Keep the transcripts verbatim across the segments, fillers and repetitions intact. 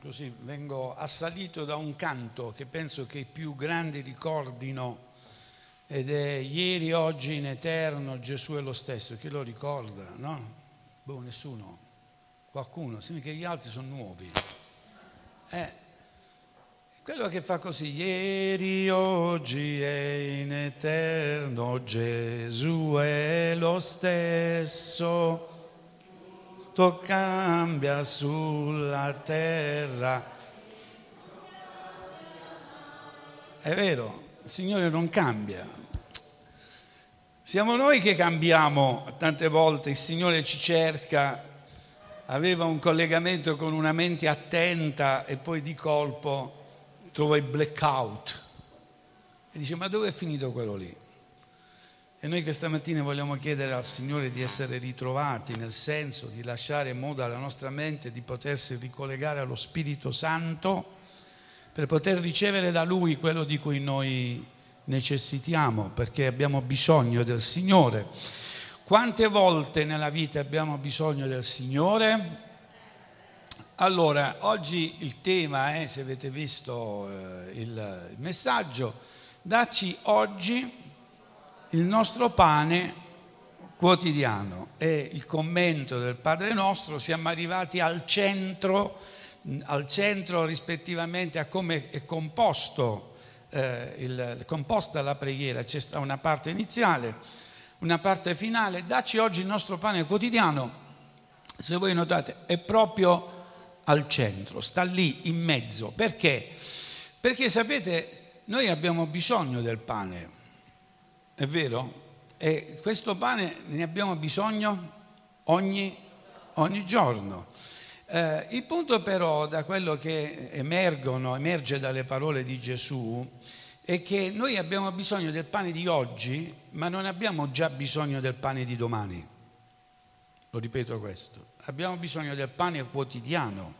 così vengo assalito da un canto che penso che i più grandi ricordino, ed è ieri, oggi, in eterno, Gesù è lo stesso. Chi lo ricorda, no? Boh, nessuno. Qualcuno, sì, che gli altri sono nuovi. Eh, quello che fa così, ieri, oggi e in eterno, Gesù è lo stesso. Tutto cambia sulla terra. È vero, il Signore non cambia. Siamo noi che cambiamo tante volte, il Signore ci cerca, aveva un collegamento con una mente attenta e poi di colpo trova il blackout e dice: ma dove è finito quello lì? E noi questa mattina vogliamo chiedere al Signore di essere ritrovati, nel senso di lasciare modo alla nostra mente di potersi ricollegare allo Spirito Santo per poter ricevere da Lui quello di cui noi necessitiamo, perché abbiamo bisogno del Signore. Quante volte nella vita abbiamo bisogno del Signore? Allora, oggi il tema è, se avete visto eh, il, il messaggio, dacci oggi il nostro pane quotidiano. E il commento del Padre nostro, siamo arrivati al centro, al centro rispettivamente a come è composto eh, il, composta la preghiera. C'è una parte iniziale, una parte finale. Dacci oggi il nostro pane quotidiano, se voi notate, è proprio al centro, sta lì in mezzo. Perché? Perché sapete, noi abbiamo bisogno del pane, è vero? E questo pane ne abbiamo bisogno ogni, ogni giorno. Eh, il punto però, da quello che emergono, emerge dalle parole di Gesù, è che noi abbiamo bisogno del pane di oggi, ma non abbiamo già bisogno del pane di domani. Lo ripeto questo, abbiamo bisogno del pane quotidiano.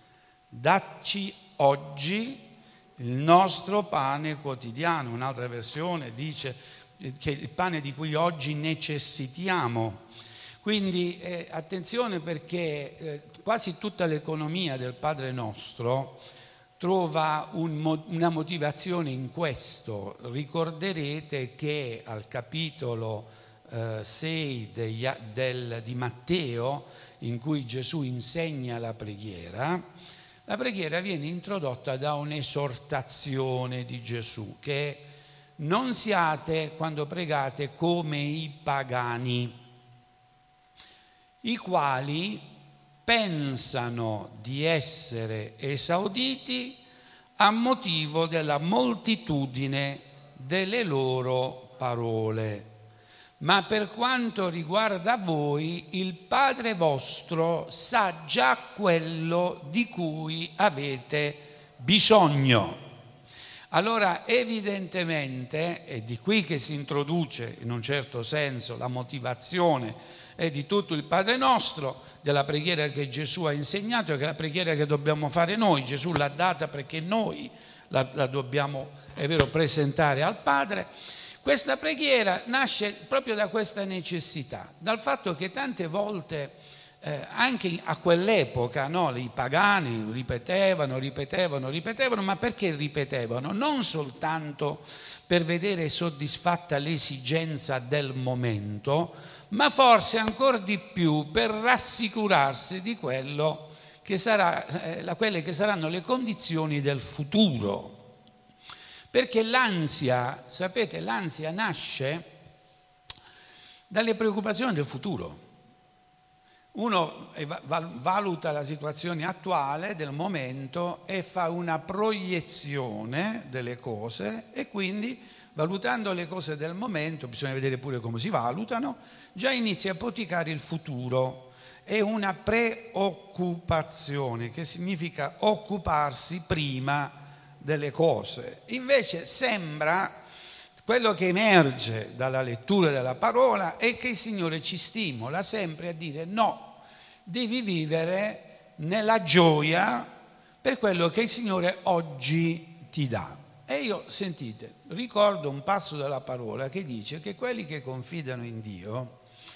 Dacci oggi il nostro pane quotidiano. Un'altra versione dice che il pane di cui oggi necessitiamo. Quindi eh, attenzione, perché eh, quasi tutta l'economia del Padre nostro trova un, una motivazione in questo. Ricorderete che al capitolo eh, sei degli, del, di Matteo, in cui Gesù insegna la preghiera, la preghiera viene introdotta da un'esortazione di Gesù, che è: non siate, quando pregate, come i pagani, i quali pensano di essere esauditi a motivo della moltitudine delle loro parole. Ma per quanto riguarda voi, il Padre vostro sa già quello di cui avete bisogno. Allora, evidentemente, è di qui che si introduce in un certo senso la motivazione è di tutto il Padre nostro, della preghiera che Gesù ha insegnato, che è la preghiera che dobbiamo fare noi. Gesù l'ha data perché noi la, la dobbiamo, è vero, presentare al Padre. Questa preghiera nasce proprio da questa necessità, dal fatto che tante volte eh, anche a quell'epoca, no, i pagani ripetevano, ripetevano, ripetevano, ma perché ripetevano? Non soltanto per vedere soddisfatta l'esigenza del momento, ma forse ancora di più per rassicurarsi di quello che sarà, eh, quelle che saranno le condizioni del futuro. Perché l'ansia, sapete, l'ansia nasce dalle preoccupazioni del futuro. Uno valuta la situazione attuale del momento e fa una proiezione delle cose, e quindi, valutando le cose del momento, bisogna vedere pure come si valutano, già inizia a ipoticare il futuro. È una preoccupazione, che significa occuparsi prima delle cose. Invece sembra, quello che emerge dalla lettura della parola è che il Signore ci stimola sempre a dire: no, devi vivere nella gioia per quello che il Signore oggi ti dà. E io, sentite, ricordo un passo della parola che dice che quelli che confidano in Dio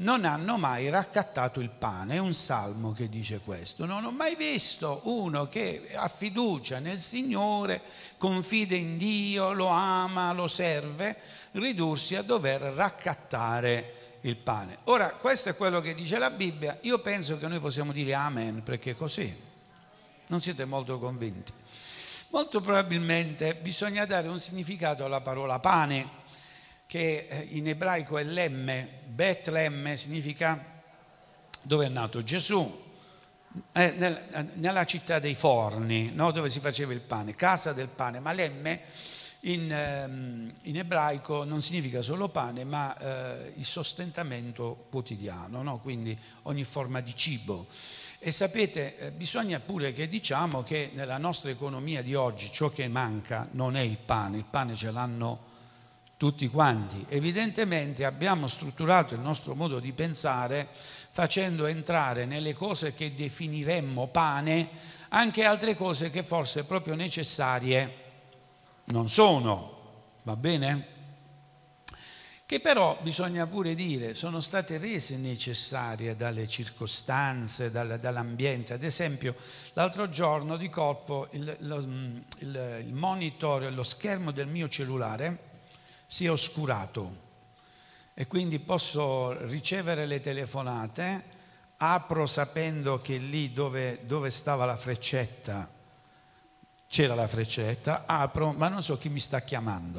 non hanno mai raccattato il pane. È un salmo che dice questo. Non ho mai visto uno che ha fiducia nel Signore, confida in Dio, lo ama, lo serve, ridursi a dover raccattare il pane. Ora, questo è quello che dice la Bibbia. Io penso che noi possiamo dire amen, perché è così. Non siete molto convinti? Molto probabilmente bisogna dare un significato alla parola pane, che in ebraico è lemme. Betlemme significa dove è nato Gesù, eh, nel, nella città dei forni, no? Dove si faceva il pane, casa del pane. Ma lemme in, in ebraico non significa solo pane, ma eh, il sostentamento quotidiano, no? Quindi ogni forma di cibo. E sapete, eh, bisogna pure che diciamo che nella nostra economia di oggi ciò che manca non è il pane, il pane ce l'hanno tutti quanti. Evidentemente abbiamo strutturato il nostro modo di pensare facendo entrare nelle cose che definiremmo pane anche altre cose che forse proprio necessarie non sono, va bene? Che però bisogna pure dire sono state rese necessarie dalle circostanze, dall'ambiente. Ad esempio l'altro giorno di colpo il, lo, il, il monitor, lo schermo del mio cellulare si è oscurato e quindi posso ricevere le telefonate, apro sapendo che lì dove, dove stava la freccetta c'era la freccetta, apro ma non so chi mi sta chiamando.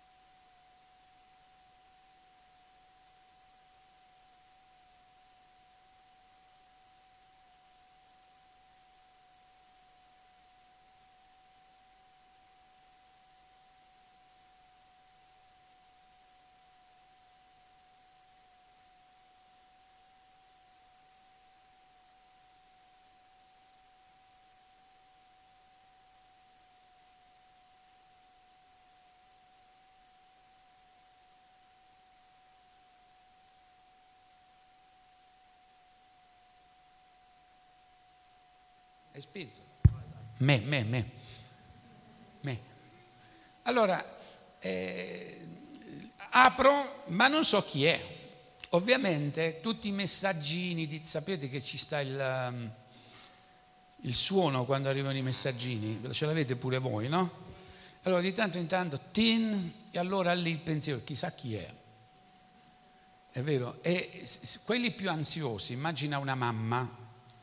Hai spinto? Me, me, me, me. Allora, eh, apro, ma non so chi è. Ovviamente tutti i messaggini, di, sapete che ci sta il, il suono quando arrivano i messaggini, ce l'avete pure voi, no? Allora di tanto in tanto, tin, e allora lì il pensiero, chissà chi è. È vero? E quelli più ansiosi, immagina una mamma.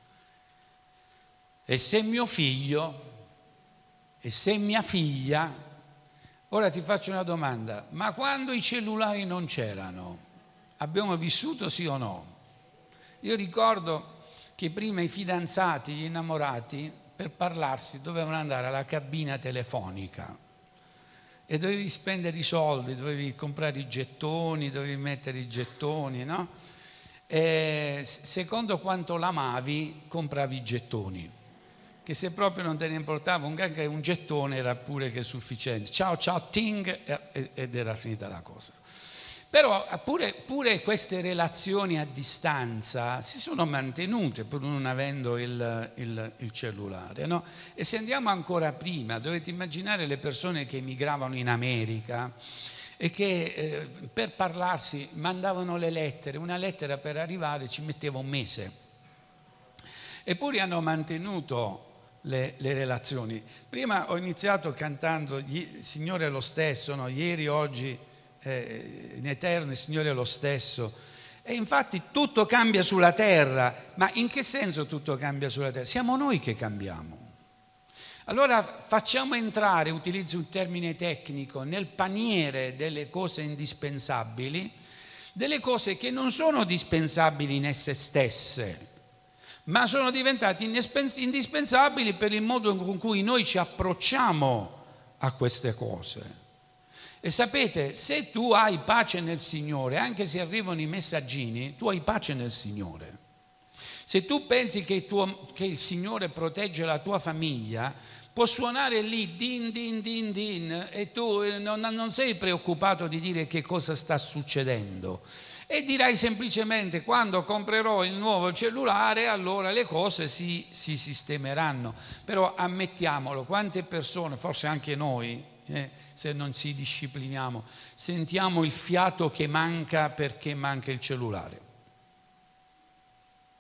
E se mio figlio, e se mia figlia, ora ti faccio una domanda, ma quando i cellulari non c'erano, abbiamo vissuto sì o no? Io ricordo che prima i fidanzati, gli innamorati, per parlarsi dovevano andare alla cabina telefonica e dovevi spendere i soldi, dovevi comprare i gettoni, dovevi mettere i gettoni, no? E secondo quanto l'amavi, compravi i gettoni. Che se proprio non te ne importava un, un gettone era pure che sufficiente. Ciao, ciao, ting, ed era finita la cosa. Però pure, pure queste relazioni a distanza si sono mantenute pur non avendo il, il, il cellulare, no? E se andiamo ancora prima, dovete immaginare le persone che emigravano in America e che eh, per parlarsi mandavano le lettere, una lettera per arrivare ci metteva un mese. Eppure hanno mantenuto Le, le relazioni. Prima ho iniziato cantando Signore è lo stesso, no? Ieri, oggi, eh, in eterno il Signore è lo stesso. E infatti tutto cambia sulla terra. Ma in che senso tutto cambia sulla terra? Siamo noi che cambiamo. Allora facciamo entrare, utilizzo un termine tecnico, nel paniere delle cose indispensabili, delle cose che non sono dispensabili in esse stesse, ma sono diventati indispensabili per il modo con cui noi ci approcciamo a queste cose. E sapete, se tu hai pace nel Signore, anche se arrivano i messaggini, tu hai pace nel Signore. Se tu pensi che, tuo, che il Signore protegge la tua famiglia, può suonare lì din din din din e tu non, non sei preoccupato di dire che cosa sta succedendo. E dirai semplicemente quando comprerò il nuovo cellulare allora le cose si, si sistemeranno. Però ammettiamolo, quante persone, forse anche noi, eh, se non ci discipliniamo, sentiamo il fiato che manca perché manca il cellulare.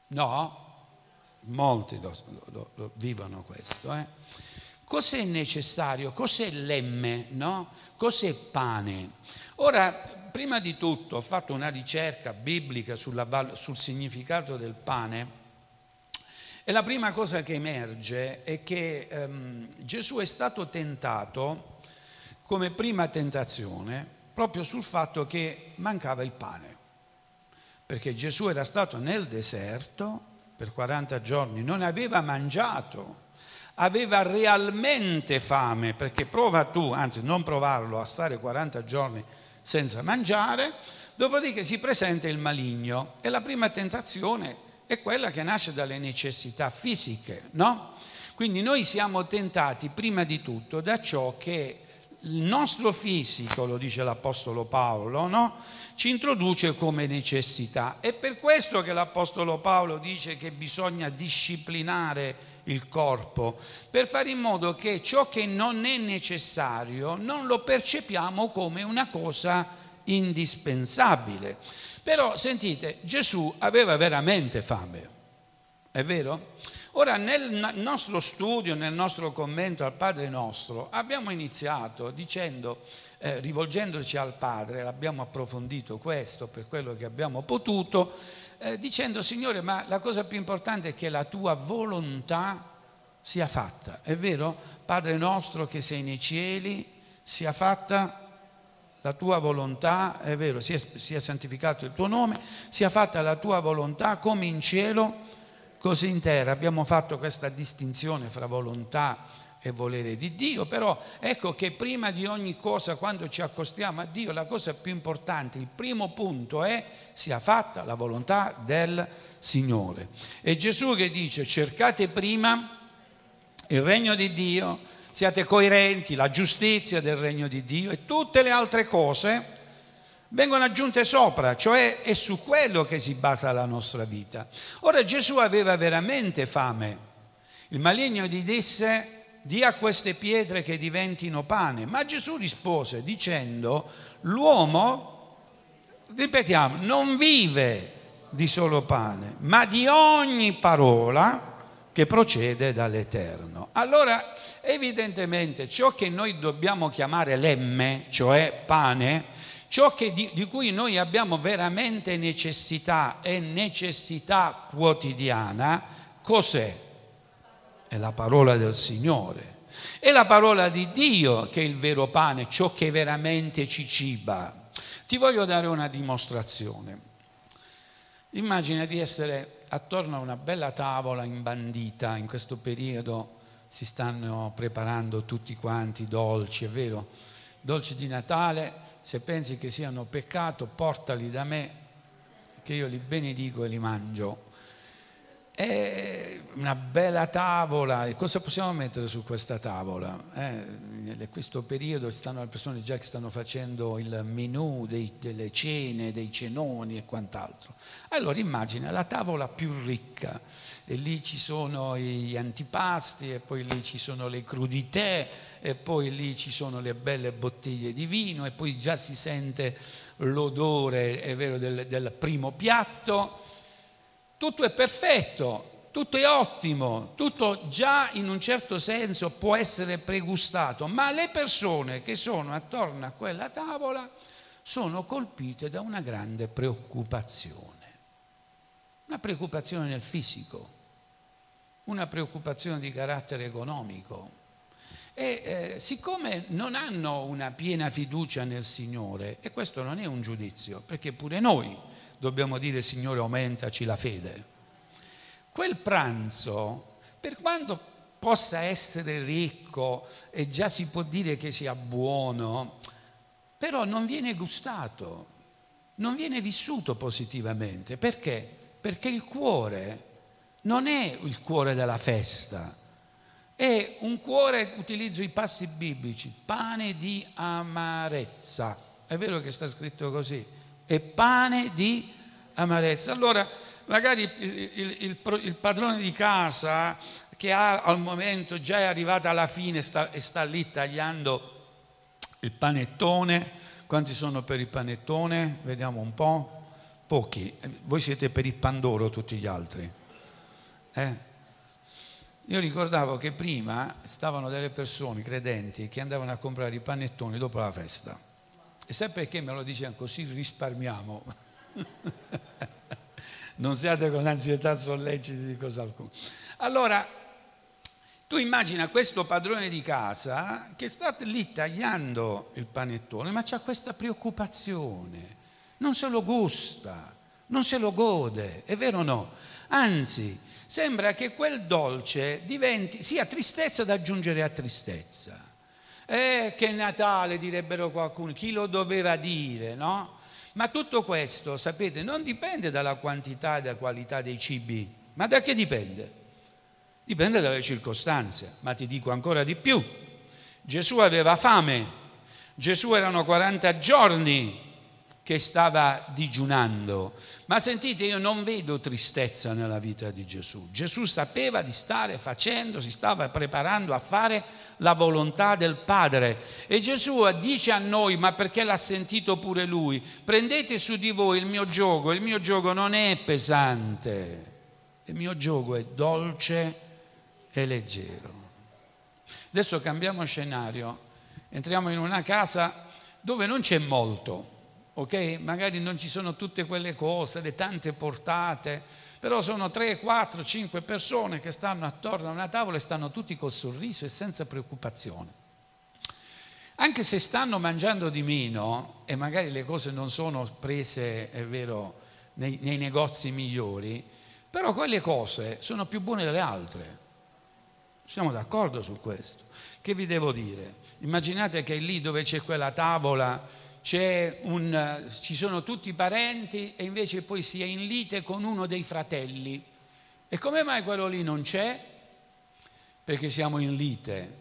No? Molti lo, lo, lo vivono questo. Eh? Cos'è necessario? Cos'è l'emme? No? Cos'è pane? Ora, prima di tutto ho fatto una ricerca biblica sulla, sul significato del pane e la prima cosa che emerge è che ehm, Gesù è stato tentato come prima tentazione proprio sul fatto che mancava il pane, perché Gesù era stato nel deserto per quaranta giorni, non aveva mangiato, aveva realmente fame, perché prova tu, anzi non provarlo, a stare quaranta giorni senza mangiare, dopodiché si presenta il maligno e la prima tentazione è quella che nasce dalle necessità fisiche, no? Quindi noi siamo tentati prima di tutto da ciò che il nostro fisico, lo dice l'Apostolo Paolo, no? Ci introduce come necessità. È per questo che l'Apostolo Paolo dice che bisogna disciplinare il corpo, per fare in modo che ciò che non è necessario non lo percepiamo come una cosa indispensabile. Però sentite, Gesù aveva veramente fame, è vero? Ora nel nostro studio, nel nostro commento al Padre Nostro, abbiamo iniziato dicendo, eh, rivolgendoci al Padre, l'abbiamo approfondito questo per quello che abbiamo potuto, eh, dicendo: Signore, ma la cosa più importante è che la tua volontà sia fatta, è vero? Padre nostro che sei nei cieli, sia fatta la tua volontà, è vero, sia, sia santificato il tuo nome, sia fatta la tua volontà come in cielo, così in terra. Abbiamo fatto questa distinzione fra volontà e volere di Dio, però ecco che prima di ogni cosa, quando ci accostiamo a Dio, la cosa più importante, il primo punto è: sia fatta la volontà del Signore. E Gesù che dice: cercate prima il regno di Dio, siate coerenti, la giustizia del regno di Dio, e tutte le altre cose vengono aggiunte sopra, cioè è su quello che si basa la nostra vita. Ora Gesù aveva veramente fame. Il maligno gli disse: di a queste pietre che diventino pane. Ma Gesù rispose dicendo: l'uomo, ripetiamo, non vive di solo pane, ma di ogni parola che procede dall'Eterno. Allora, evidentemente, ciò che noi dobbiamo chiamare l'emme, cioè pane, ciò che di, di cui noi abbiamo veramente necessità e necessità quotidiana, cos'è? È la parola del Signore. È la parola di Dio che è il vero pane, ciò che veramente ci ciba. Ti voglio dare una dimostrazione. Immagina di essere attorno a una bella tavola imbandita. In questo periodo si stanno preparando tutti quanti dolci, è vero? Dolci di Natale. Se pensi che siano peccato, portali da me, che io li benedico e li mangio. È una bella tavola. E cosa possiamo mettere su questa tavola? Eh, in questo periodo stanno le persone già che stanno facendo il menù dei, delle cene, dei cenoni e quant'altro. Allora immagina la tavola più ricca, e lì ci sono gli antipasti, e poi lì ci sono le crudité, e poi lì ci sono le belle bottiglie di vino, e poi già si sente l'odore, è vero, del, del primo piatto. Tutto è perfetto, tutto è ottimo, tutto già in un certo senso può essere pregustato, ma le persone che sono attorno a quella tavola sono colpite da una grande preoccupazione, una preoccupazione nel fisico, una preoccupazione di carattere economico. E eh, siccome non hanno una piena fiducia nel Signore, e questo non è un giudizio, perché pure noi dobbiamo dire: Signore, aumentaci la fede. Quel pranzo, per quanto possa essere ricco e già si può dire che sia buono, però non viene gustato, non viene vissuto positivamente. Perché? Perché il cuore non è il cuore della festa, è un cuore, utilizzo i passi biblici, pane di amarezza. È vero che sta scritto così? È pane di amarezza. Allora magari il, il, il, il padrone di casa, che ha, al momento già è arrivata alla fine sta, e sta lì tagliando il panettone. Quanti sono per il panettone? Vediamo un po'. Pochi. Voi siete per il pandoro tutti gli altri. Eh? Io ricordavo che prima stavano delle persone credenti che andavano a comprare i panettoni dopo la festa. E sai perché me lo dicevano? Così risparmiamo. Non siate con ansietà solleciti di cosa alcuna. Allora, tu immagina questo padrone di casa che sta lì tagliando il panettone, ma c'ha questa preoccupazione, non se lo gusta, non se lo gode, è vero o no? Anzi, sembra che quel dolce diventi, sia tristezza da aggiungere a tristezza. Eh, che Natale, direbbero qualcuno, chi lo doveva dire, no? Ma tutto questo, sapete, non dipende dalla quantità e dalla qualità dei cibi, ma da che dipende? Dipende dalle circostanze, ma ti dico ancora di più. Gesù aveva fame, Gesù erano quaranta giorni che stava digiunando, ma sentite, io non vedo tristezza nella vita di Gesù. Gesù sapeva di stare facendo, si stava preparando a fare la volontà del Padre, e Gesù dice a noi, ma perché l'ha sentito pure lui, prendete su di voi il mio giogo, il mio giogo non è pesante, il mio giogo è dolce e leggero. Adesso cambiamo scenario, entriamo in una casa dove non c'è molto, ok? Magari non ci sono tutte quelle cose, le tante portate, però sono tre, quattro, cinque persone che stanno attorno a una tavola e stanno tutti col sorriso e senza preoccupazione. Anche se stanno mangiando di meno e magari le cose non sono prese, è vero, nei, nei negozi migliori, però quelle cose sono più buone delle altre. Siamo d'accordo su questo. Che vi devo dire? Immaginate che lì dove c'è quella tavola c'è un, ci sono tutti i parenti e invece poi si è in lite con uno dei fratelli. E come mai quello lì non c'è? Perché siamo in lite.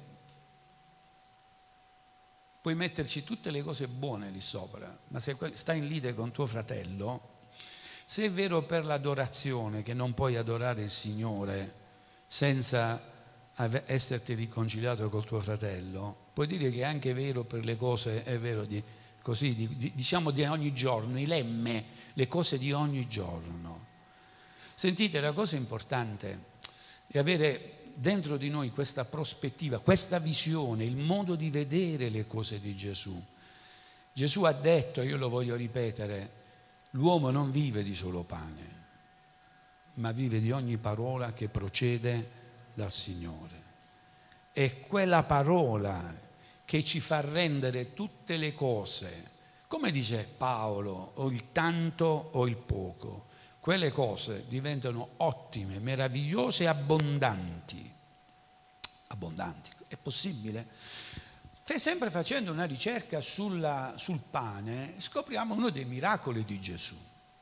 Puoi metterci tutte le cose buone lì sopra, ma se stai in lite con tuo fratello, se è vero per l'adorazione che non puoi adorare il Signore senza esserti riconciliato col tuo fratello, puoi dire che è anche vero per le cose, è vero, di, così, di, di, diciamo di ogni giorno, i lemme, le cose di ogni giorno. Sentite, la cosa importante è avere dentro di noi questa prospettiva, questa visione, il modo di vedere le cose di Gesù. Gesù ha detto, io lo voglio ripetere, l'uomo non vive di solo pane, ma vive di ogni parola che procede dal Signore. È quella parola che ci fa rendere tutte le cose, come dice Paolo, o il tanto o il poco, quelle cose diventano ottime, meravigliose e abbondanti. Abbondanti, è possibile? Sempre facendo una ricerca sulla, sul pane, scopriamo uno dei miracoli di Gesù,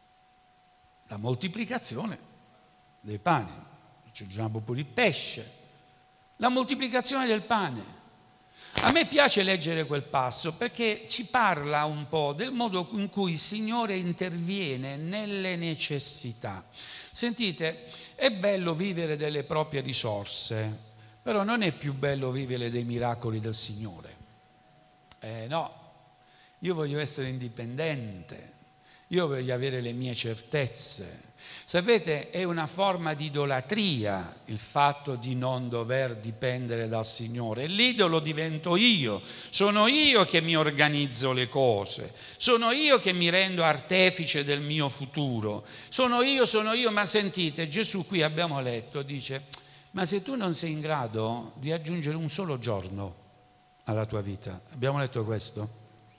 la moltiplicazione dei pani. Aggiungiamo pure il pesce, la moltiplicazione del pane. A me piace leggere quel passo perché ci parla un po' del modo in cui il Signore interviene nelle necessità. Sentite, è bello vivere delle proprie risorse, però non è più bello vivere dei miracoli del Signore. Eh no, io voglio essere indipendente, io voglio avere le mie certezze. Sapete, è una forma di idolatria il fatto di non dover dipendere dal Signore. L'idolo divento io, sono io che mi organizzo le cose, sono io che mi rendo artefice del mio futuro, sono io, sono io. Ma sentite, Gesù qui abbiamo letto, dice, ma se tu non sei in grado di aggiungere un solo giorno alla tua vita, abbiamo letto questo?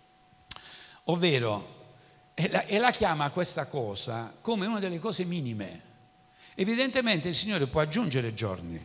Ovvero, E la, e la chiama questa cosa come una delle cose minime. Evidentemente il Signore può aggiungere giorni.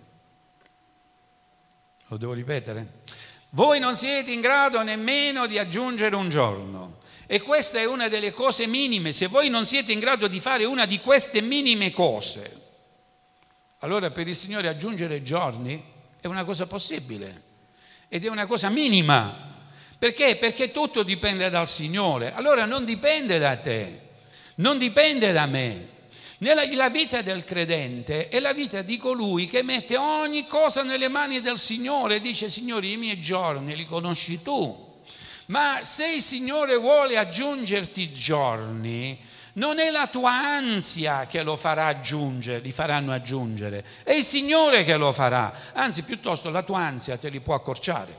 Lo devo ripetere? Voi non siete in grado nemmeno di aggiungere un giorno. E questa è una delle cose minime. Se voi non siete in grado di fare una di queste minime cose, allora per il Signore aggiungere giorni è una cosa possibile. Ed è una cosa minima. Perché? Perché tutto dipende dal Signore. Allora non dipende da te, non dipende da me. Nella, la vita del credente è la vita di colui che mette ogni cosa nelle mani del Signore e dice, Signore, i miei giorni li conosci tu. Ma se il Signore vuole aggiungerti giorni, Non è la tua ansia che lo farà aggiungere, li faranno aggiungere, è il Signore che lo farà. Anzi, piuttosto la tua ansia te li può accorciare.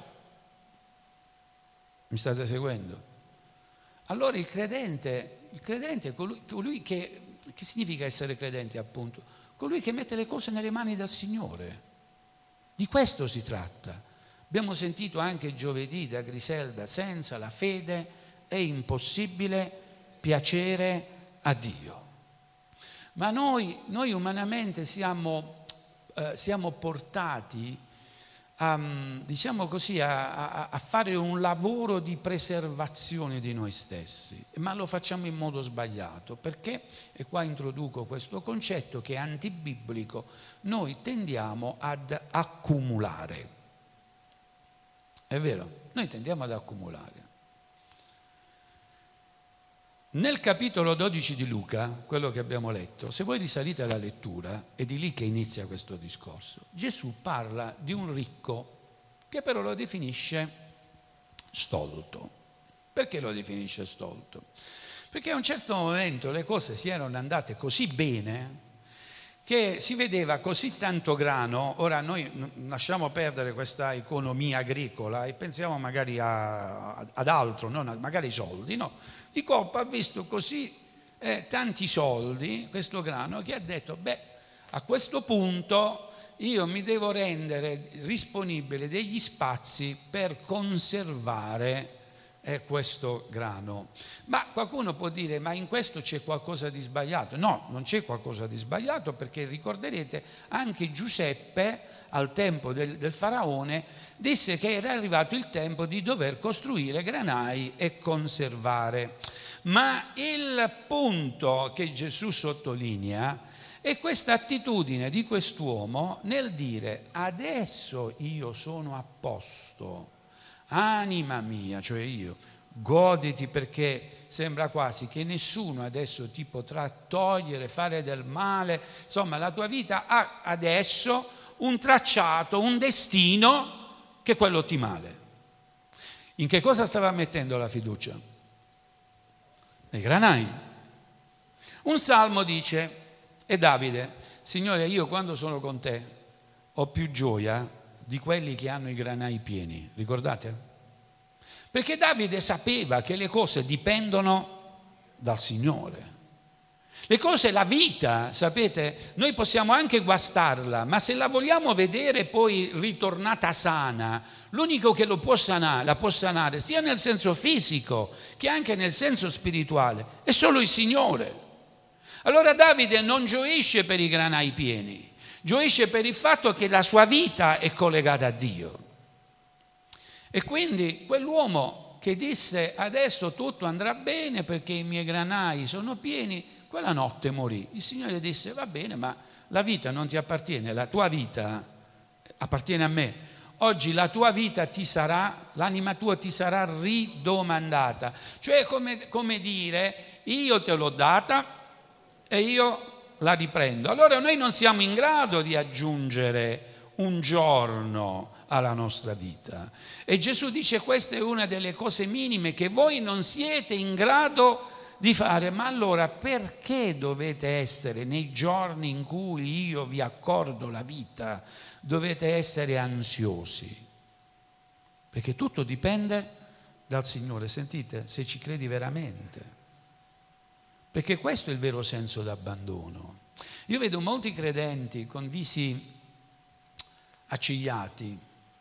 Mi state seguendo? Allora il credente, il credente è colui, colui che, che significa essere credente appunto? Colui che mette le cose nelle mani del Signore. Di questo si tratta. Abbiamo sentito anche giovedì da Griselda, senza la fede è impossibile piacere a Dio. Ma noi, noi umanamente siamo, eh, siamo portati a, diciamo così, a, a, a fare un lavoro di preservazione di noi stessi, ma lo facciamo in modo sbagliato, perché, e qua introduco questo concetto che è antibiblico, noi tendiamo ad accumulare. È vero? Noi tendiamo ad accumulare. Nel capitolo dodici di Luca, quello che abbiamo letto, se voi risalite alla lettura, è di lì che inizia questo discorso, Gesù parla di un ricco che però lo definisce stolto. Perché lo definisce stolto? Perché a un certo momento le cose si erano andate così bene che si vedeva così tanto grano. Ora noi lasciamo perdere questa economia agricola e pensiamo magari a, ad altro, non a, magari ai soldi, no? Di colpo ha visto così eh, tanti soldi, questo grano, che ha detto, beh, a questo punto io mi devo rendere disponibile degli spazi per conservare eh, questo grano. Ma qualcuno può dire, ma in questo c'è qualcosa di sbagliato? No, non c'è qualcosa di sbagliato, perché ricorderete anche Giuseppe al tempo del, del faraone disse che era arrivato il tempo di dover costruire granai e conservare. Ma il punto che Gesù sottolinea è questa attitudine di quest'uomo nel dire adesso io sono a posto, anima mia, cioè io, goditi, perché sembra quasi che nessuno adesso ti potrà togliere, fare del male, insomma la tua vita ha adesso un tracciato, un destino che è quello ottimale. In che cosa stava mettendo la fiducia? Nei granai. Un salmo dice, e Davide, Signore, io quando sono con te ho più gioia di quelli che hanno i granai pieni. Ricordate? Perché Davide sapeva che le cose dipendono dal Signore. Le cose, la vita, sapete, noi possiamo anche guastarla, ma se la vogliamo vedere poi ritornata sana, l'unico che lo può sanare, la può sanare sia nel senso fisico che anche nel senso spirituale è solo il Signore. Allora Davide non gioisce per i granai pieni, gioisce per il fatto che la sua vita è collegata a Dio. E quindi quell'uomo che disse adesso tutto andrà bene perché i miei granai sono pieni, quella notte morì. Il Signore disse va bene, ma la vita non ti appartiene, la tua vita appartiene a me. Oggi la tua vita ti sarà, l'anima tua ti sarà ridomandata. Cioè come, come dire, io te l'ho data e io la riprendo. Allora noi non siamo in grado di aggiungere un giorno alla nostra vita. E Gesù dice questa è una delle cose minime che voi non siete in grado di fare. Ma allora perché dovete essere nei giorni in cui io vi accordo la vita, dovete essere ansiosi? Perché tutto dipende dal Signore. Sentite, se ci credi veramente. Perché questo è il vero senso d'abbandono. Io vedo molti credenti con visi accigliati,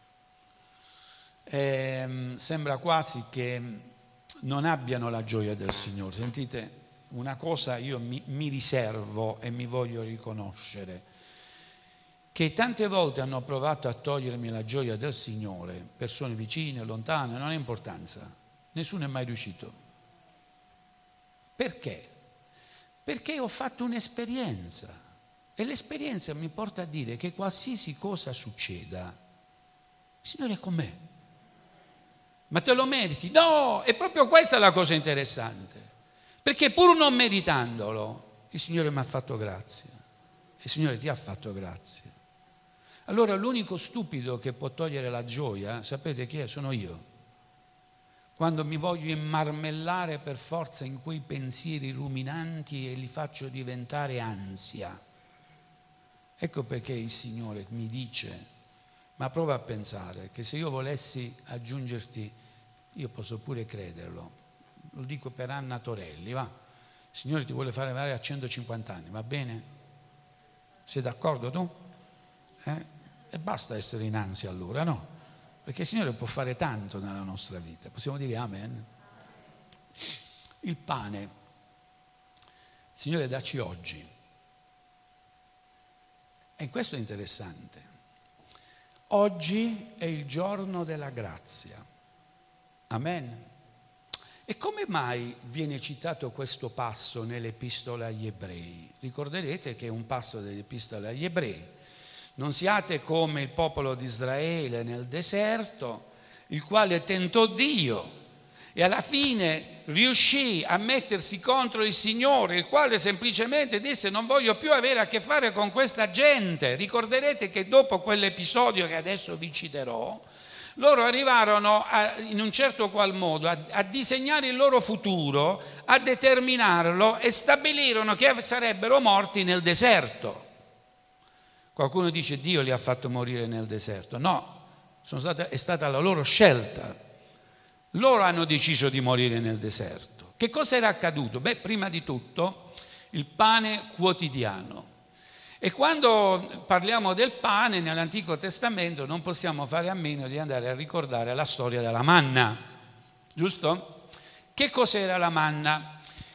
e sembra quasi che non abbiano la gioia del Signore. Sentite, una cosa io mi, mi riservo e mi voglio riconoscere, che tante volte hanno provato a togliermi la gioia del Signore, persone vicine, lontane, non ha importanza, nessuno è mai riuscito. Perché? Perché ho fatto un'esperienza e l'esperienza mi porta a dire che qualsiasi cosa succeda, il Signore è con me. Ma te lo meriti? No, è proprio questa la cosa interessante, perché pur non meritandolo, il Signore mi ha fatto grazia, il Signore ti ha fatto grazia. Allora l'unico stupido che può togliere la gioia, sapete chi è? Sono io. quando mi voglio immarmellare per forza in quei pensieri ruminanti e li faccio diventare ansia. Ecco perché il Signore mi dice, ma prova a pensare che se io volessi aggiungerti, io posso pure crederlo, lo dico per Anna Torelli, va, il Signore ti vuole fare arrivare a centocinquanta anni, va bene? Sei d'accordo tu? Eh? E basta essere in ansia allora, no? Perché il Signore può fare tanto nella nostra vita, possiamo dire amen. Il pane, il Signore dacci oggi. E questo è interessante. Oggi è il giorno della grazia. Amen. E come mai viene citato questo passo nell'Epistola agli Ebrei? Ricorderete che è un passo dell'Epistola agli Ebrei. Non siate come il popolo di Israele nel deserto, il quale tentò Dio e alla fine riuscì a mettersi contro il Signore, il quale semplicemente disse: non voglio più avere a che fare con questa gente. Ricorderete che dopo quell'episodio che adesso vi citerò, loro arrivarono a, in un certo qual modo a, a disegnare il loro futuro, a determinarlo, e stabilirono che sarebbero morti nel deserto. Qualcuno dice Dio li ha fatto morire nel deserto. No, sono stata, è stata la loro scelta. Loro hanno deciso di morire nel deserto. Che cosa era accaduto? Beh, prima di tutto il pane quotidiano. E quando parliamo del pane nell'Antico Testamento non possiamo fare a meno di andare a ricordare la storia della manna, giusto? Che cos'era la manna?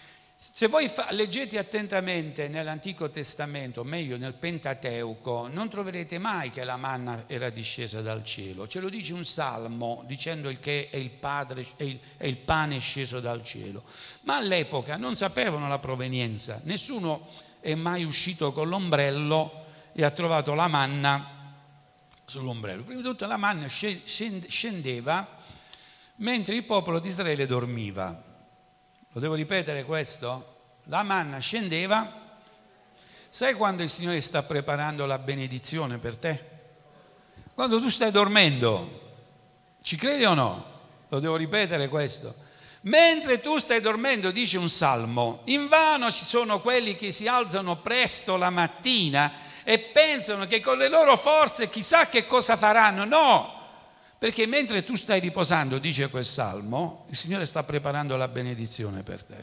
Se voi fa, leggete attentamente nell'Antico Testamento, o meglio nel Pentateuco, non troverete mai che la manna era discesa dal cielo. Ce lo dice un salmo dicendo che è il, padre, è il, è il pane sceso dal cielo. Ma all'epoca non sapevano la provenienza. Nessuno è mai uscito con l'ombrello e ha trovato la manna sull'ombrello. Prima di tutto la manna scendeva mentre il popolo di Israele dormiva. Lo devo ripetere questo? La manna scendeva. Sai quando il Signore sta preparando la benedizione per te? Quando tu stai dormendo. Ci credi o no? Lo devo ripetere questo. Mentre tu stai dormendo, dice un salmo, invano ci sono quelli che si alzano presto la mattina e pensano che con le loro forze chissà che cosa faranno. No! Perché mentre tu stai riposando, dice quel salmo, il Signore sta preparando la benedizione per te.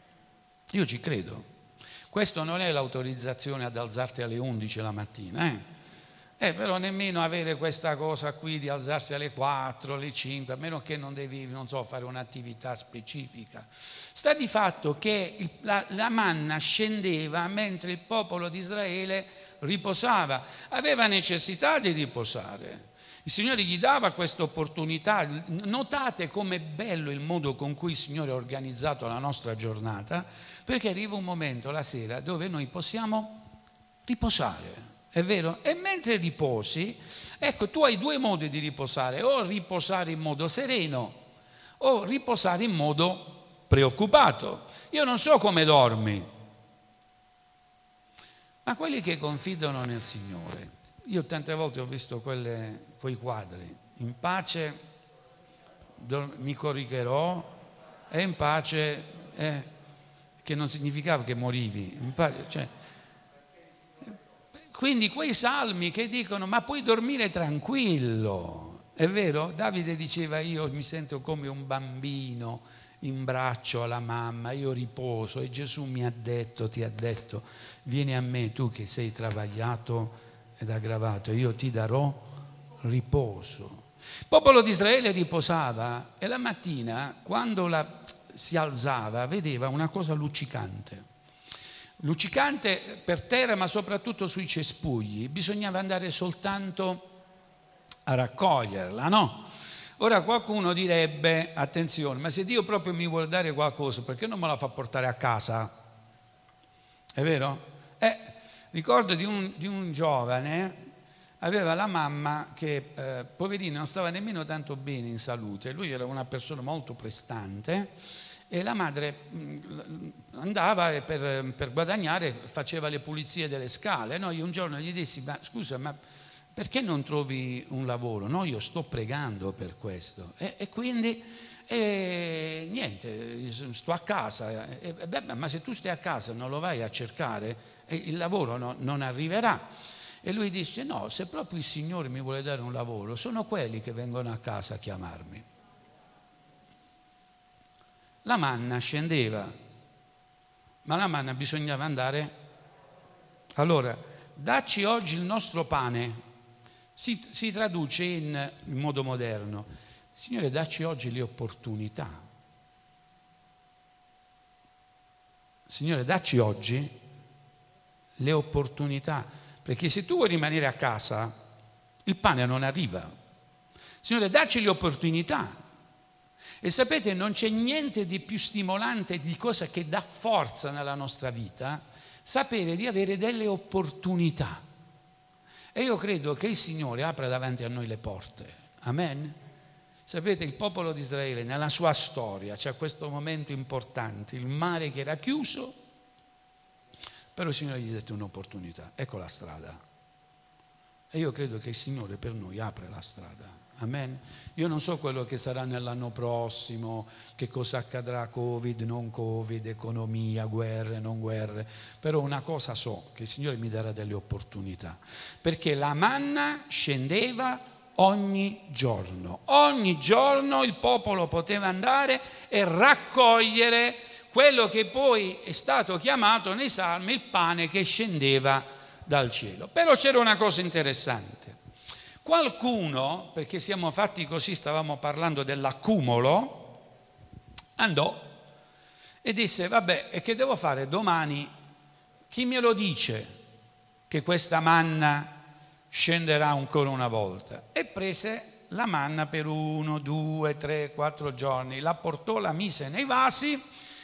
Io ci credo. Questo non è l'autorizzazione ad alzarti alle undici la mattina, eh? Eh, però nemmeno avere questa cosa qui di alzarsi alle quattro, alle cinque, a meno che non devi, non so, fare un'attività specifica. Sta di fatto che il, la, la manna scendeva mentre il popolo di Israele riposava, aveva necessità di riposare. Il Signore gli dava questa opportunità. Notate com'è bello il modo con cui il Signore ha organizzato la nostra giornata, perché arriva un momento la sera dove noi possiamo riposare, è vero? E mentre riposi, ecco, tu hai due modi di riposare: o riposare in modo sereno o riposare in modo preoccupato. Io non so come dormi, ma quelli che confidano nel Signore, io tante volte ho visto quelle, quei quadri: in pace mi coricherò e in pace, eh, che non significava che morivi, in pace, cioè, quindi quei salmi che dicono ma puoi dormire tranquillo, è vero? Davide diceva: io mi sento come un bambino in braccio alla mamma, io riposo, e Gesù mi ha detto, ti ha detto: vieni a me tu che sei travagliato ed aggravato, io ti darò riposo. Il popolo di Israele riposava e la mattina, quando la, si alzava, vedeva una cosa luccicante. Luccicante per terra, ma soprattutto sui cespugli. Bisognava andare soltanto a raccoglierla, no? Ora qualcuno direbbe: attenzione, ma se Dio proprio mi vuole dare qualcosa, perché non me la fa portare a casa? È vero? Eh, ricordo di un, di un giovane, aveva la mamma che, eh, poverina, non stava nemmeno tanto bene in salute. Lui era una persona molto prestante e la madre mh, andava e per, per guadagnare faceva le pulizie delle scale, no? Io un giorno gli dissi: ma scusa, ma perché non trovi un lavoro? No, io sto pregando per questo. E, e quindi e niente, sto a casa. E, beh, ma se tu stai a casa non lo vai a cercare, e il lavoro no, non arriverà. E lui disse: no, se proprio il Signore mi vuole dare un lavoro, sono quelli che vengono a casa a chiamarmi. La manna scendeva, ma la manna bisognava andare. Allora, dacci oggi il nostro pane si, si traduce in, in modo moderno: Signore, dacci oggi le opportunità. Signore, dacci oggi le opportunità, perché se tu vuoi rimanere a casa il pane non arriva. Signore, dacci le opportunità. E sapete, non c'è niente di più stimolante, di cosa che dà forza nella nostra vita, sapere di avere delle opportunità. E io credo che il Signore apra davanti a noi le porte. Amen? Sapete, il popolo di Israele nella sua storia c'è questo momento importante, il mare che era chiuso, però il Signore gli dette un'opportunità, ecco la strada. E io credo che il Signore per noi apre la strada. Amen. Io non so quello che sarà nell'anno prossimo, che cosa accadrà, Covid, non Covid, economia, guerre, non guerre, però una cosa so, che il Signore mi darà delle opportunità, perché la manna scendeva ogni giorno, ogni giorno il popolo poteva andare e raccogliere quello che poi è stato chiamato nei Salmi il pane che scendeva dal cielo. Però c'era una cosa interessante. Qualcuno, perché siamo fatti così, stavamo parlando dell'accumulo, andò e disse: vabbè, e che devo fare domani? Chi me lo dice che questa manna scenderà ancora una volta? E prese la manna per uno, due, tre, quattro giorni, la portò, la mise nei vasi.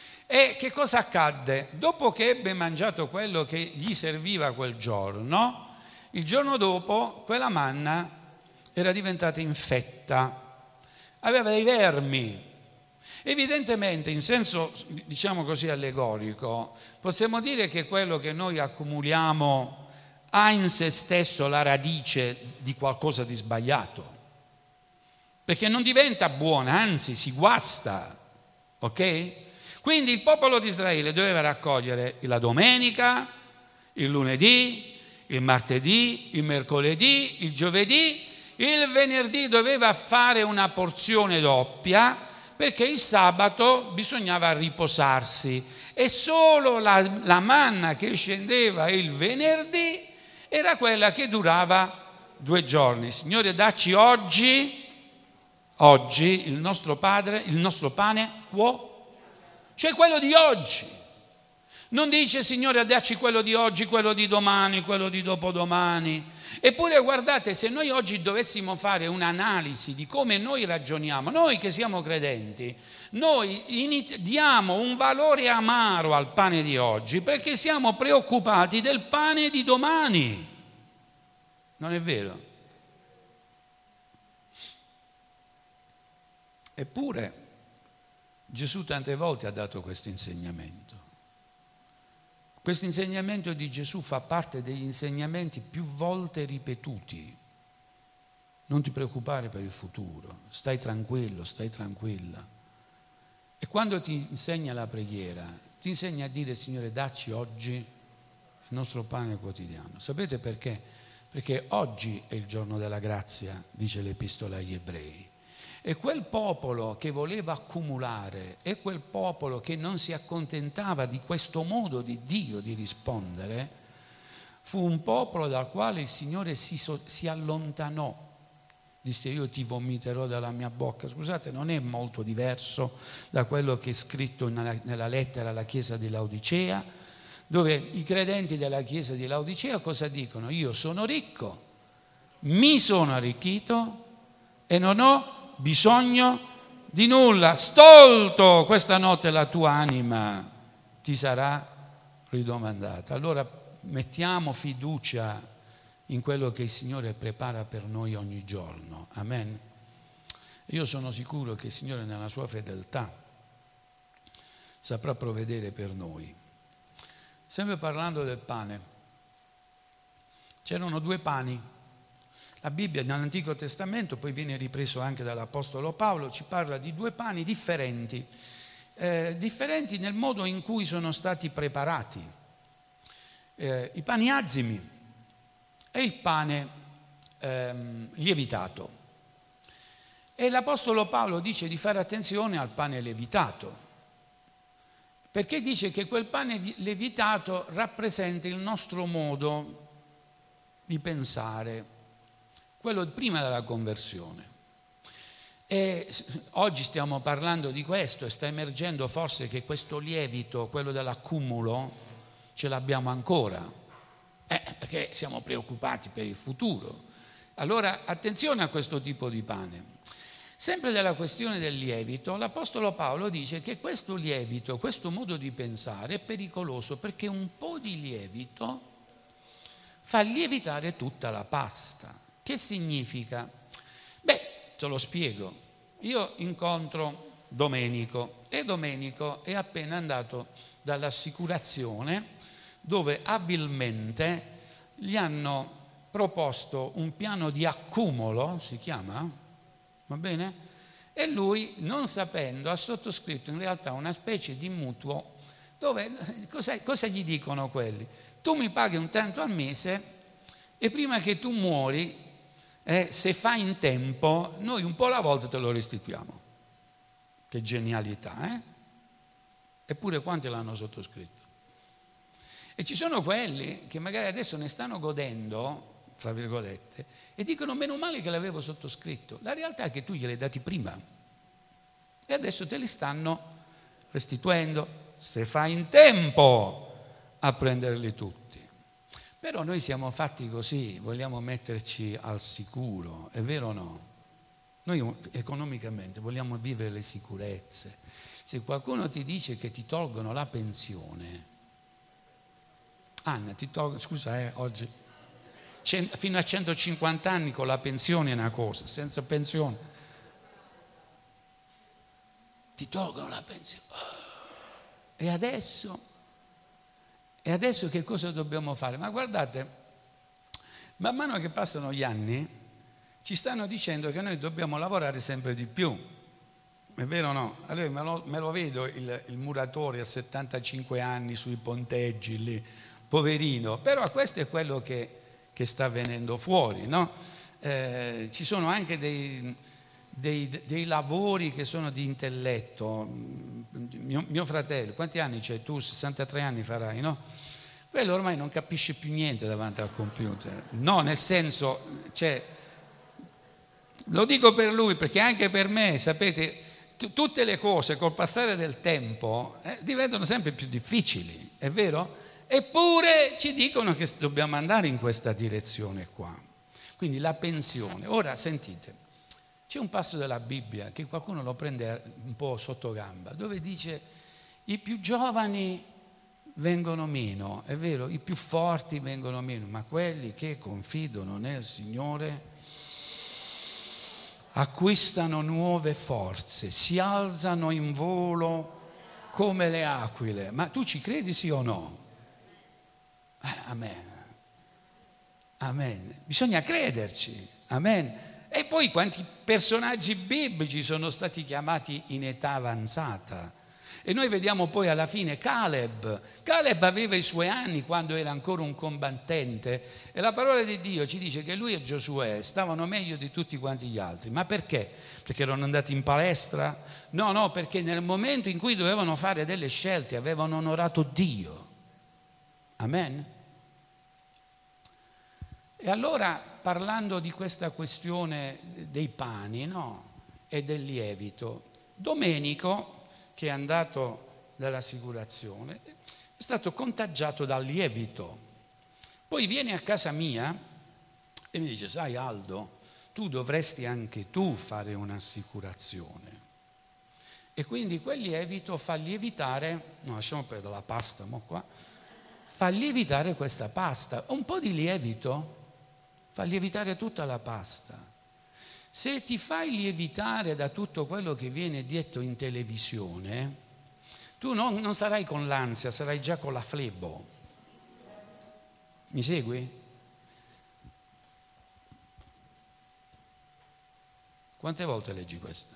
E che cosa accadde? Dopo che ebbe mangiato quello che gli serviva quel giorno, il giorno dopo quella manna era diventata infetta, aveva dei vermi. Evidentemente, in senso diciamo così allegorico, possiamo dire che quello che noi accumuliamo ha in se stesso la radice di qualcosa di sbagliato, perché non diventa buona, anzi si guasta, ok? Quindi il popolo di Israele doveva raccogliere la domenica, il lunedì, il martedì, il mercoledì, il giovedì, il venerdì doveva fare una porzione doppia, perché il sabato bisognava riposarsi, e solo la, la manna che scendeva il venerdì era quella che durava due giorni. Signore, dacci oggi, oggi il nostro padre, il nostro pane quo, cioè quello di oggi. Non dice: Signore, dacci quello di oggi, quello di domani, quello di dopodomani. Eppure guardate, se noi oggi dovessimo fare un'analisi di come noi ragioniamo, noi che siamo credenti, noi diamo un valore amaro al pane di oggi perché siamo preoccupati del pane di domani. Non è vero? Eppure Gesù tante volte ha dato questo insegnamento. Questo insegnamento di Gesù fa parte degli insegnamenti più volte ripetuti. Non ti preoccupare per il futuro, stai tranquillo, stai tranquilla. E quando ti insegna la preghiera, ti insegna a dire: Signore, dacci oggi il nostro pane quotidiano. Sapete perché? Perché oggi è il giorno della grazia, dice l'Epistola agli Ebrei. E quel popolo che voleva accumulare e quel popolo che non si accontentava di questo modo di Dio di rispondere, fu un popolo dal quale il Signore si, si allontanò. Disse: io ti vomiterò dalla mia bocca. Scusate, non è molto diverso da quello che è scritto nella, nella lettera alla chiesa di Laodicea, dove i credenti della chiesa di Laodicea cosa dicono? Io sono ricco, mi sono arricchito e non ho bisogno di nulla. Stolto, questa notte la tua anima ti sarà ridomandata. Allora mettiamo fiducia in quello che il Signore prepara per noi ogni giorno. Amen. Io sono sicuro che il Signore nella sua fedeltà saprà provvedere per noi. Sempre parlando del pane, c'erano due pani. La Bibbia nell'Antico Testamento, poi viene ripreso anche dall'Apostolo Paolo, ci parla di due pani differenti, eh, differenti nel modo in cui sono stati preparati. Eh, I pani azimi e il pane ehm, lievitato. E l'Apostolo Paolo dice di fare attenzione al pane lievitato, perché dice che quel pane lievitato rappresenta il nostro modo di pensare, quello prima della conversione. E oggi stiamo parlando di questo e sta emergendo forse che questo lievito, quello dell'accumulo, ce l'abbiamo ancora, eh, perché siamo preoccupati per il futuro. Allora attenzione a questo tipo di pane. Sempre della questione del lievito, l'Apostolo Paolo dice che questo lievito, questo modo di pensare è pericoloso perché un po' di lievito fa lievitare tutta la pasta. Che significa? Beh, te lo spiego. Io incontro Domenico e Domenico è appena andato dall'assicurazione dove abilmente gli hanno proposto un piano di accumulo, si chiama? Va bene? E lui, non sapendo, ha sottoscritto in realtà una specie di mutuo dove, cosa, cosa gli dicono quelli? Tu mi paghi un tanto al mese e prima che tu muori, eh, se fai in tempo, noi un po' alla volta te lo restituiamo. Che genialità, eh? Eppure quanti l'hanno sottoscritto? E ci sono quelli che magari adesso ne stanno godendo, fra virgolette, e dicono meno male che l'avevo sottoscritto. La realtà è che tu gliel'hai dati prima e adesso te li stanno restituendo, se fai in tempo a prenderli tutti. Però noi siamo fatti così, vogliamo metterci al sicuro, è vero o no? Noi economicamente vogliamo vivere le sicurezze. Se qualcuno ti dice che ti tolgono la pensione, Anna, ti tolgo, scusa eh, oggi fino a centocinquanta anni con la pensione è una cosa, senza pensione ti tolgono la pensione. E adesso? E adesso che cosa dobbiamo fare? Ma guardate, man mano che passano gli anni ci stanno dicendo che noi dobbiamo lavorare sempre di più. È vero o no? Allora me lo, me lo vedo il, il muratore a settantacinque anni sui ponteggi lì, poverino, però questo è quello che che sta venendo fuori, no? Eh, ci sono anche dei, dei, dei lavori che sono di intelletto. Mio, mio fratello, quanti anni c'hai tu? sessantatré anni farai, no? Quello ormai non capisce più niente davanti al computer. No, nel senso, cioè, lo dico per lui perché anche per me, sapete, t- tutte le cose col passare del tempo eh, diventano sempre più difficili, è vero? Eppure ci dicono che dobbiamo andare in questa direzione qua. Quindi la pensione. Ora sentite, c'è un passo della Bibbia che qualcuno lo prende un po' sotto gamba, dove dice i più giovani vengono meno, è vero, i più forti vengono meno, ma quelli che confidano nel Signore acquistano nuove forze, si alzano in volo come le aquile. Ma tu ci credi sì o no? Amen, amen, bisogna crederci, amen. E poi quanti personaggi biblici sono stati chiamati in età avanzata e noi vediamo poi alla fine Caleb Caleb aveva i suoi anni quando era ancora un combattente e la parola di Dio ci dice che lui e Giosuè stavano meglio di tutti quanti gli altri. Ma perché? Perché erano andati in palestra? No, no, perché nel momento in cui dovevano fare delle scelte avevano onorato Dio. Amen. E allora, parlando di questa questione dei pani, no, e del lievito, Domenico, che è andato dall'assicurazione, è stato contagiato dal lievito. Poi viene a casa mia e mi dice: sai Aldo, tu dovresti anche tu fare un'assicurazione. E quindi quel lievito fa lievitare, no, lasciamo perdere la pasta, mo qua, fa lievitare questa pasta. Un po' di lievito fa lievitare tutta la pasta. Se ti fai lievitare da tutto quello che viene detto in televisione, tu non, non sarai con l'ansia, sarai già con la flebo. Mi segui? Quante volte leggi questo?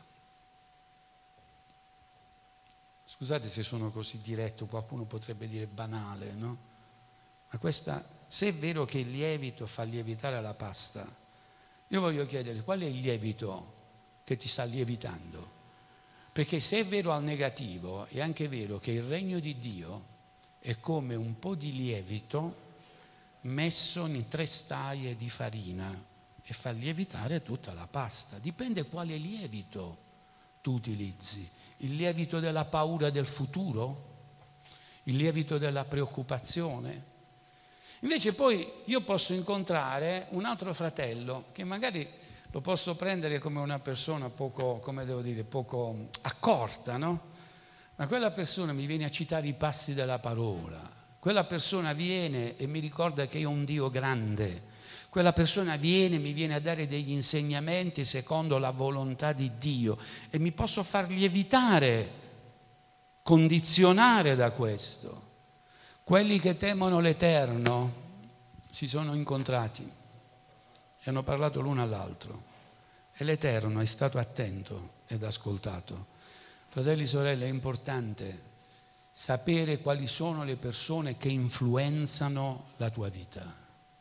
Scusate se sono così diretto, qualcuno potrebbe dire banale, no? Ma questa, se è vero che il lievito fa lievitare la pasta, io voglio chiedere qual è il lievito che ti sta lievitando? Perché se è vero al negativo, è anche vero che il regno di Dio è come un po' di lievito messo in tre staie di farina e fa lievitare tutta la pasta. Dipende quale lievito tu utilizzi. Il lievito della paura del futuro? Il lievito della preoccupazione? Invece poi io posso incontrare un altro fratello che magari lo posso prendere come una persona poco, come devo dire, poco accorta, no? Ma quella persona mi viene a citare i passi della parola, quella persona viene e mi ricorda che io ho un Dio grande, quella persona viene e mi viene a dare degli insegnamenti secondo la volontà di Dio e mi posso far lievitare, condizionare da questo. Quelli che temono l'Eterno si sono incontrati e hanno parlato l'uno all'altro e l'Eterno è stato attento ed ascoltato. Fratelli e sorelle, è importante sapere quali sono le persone che influenzano la tua vita.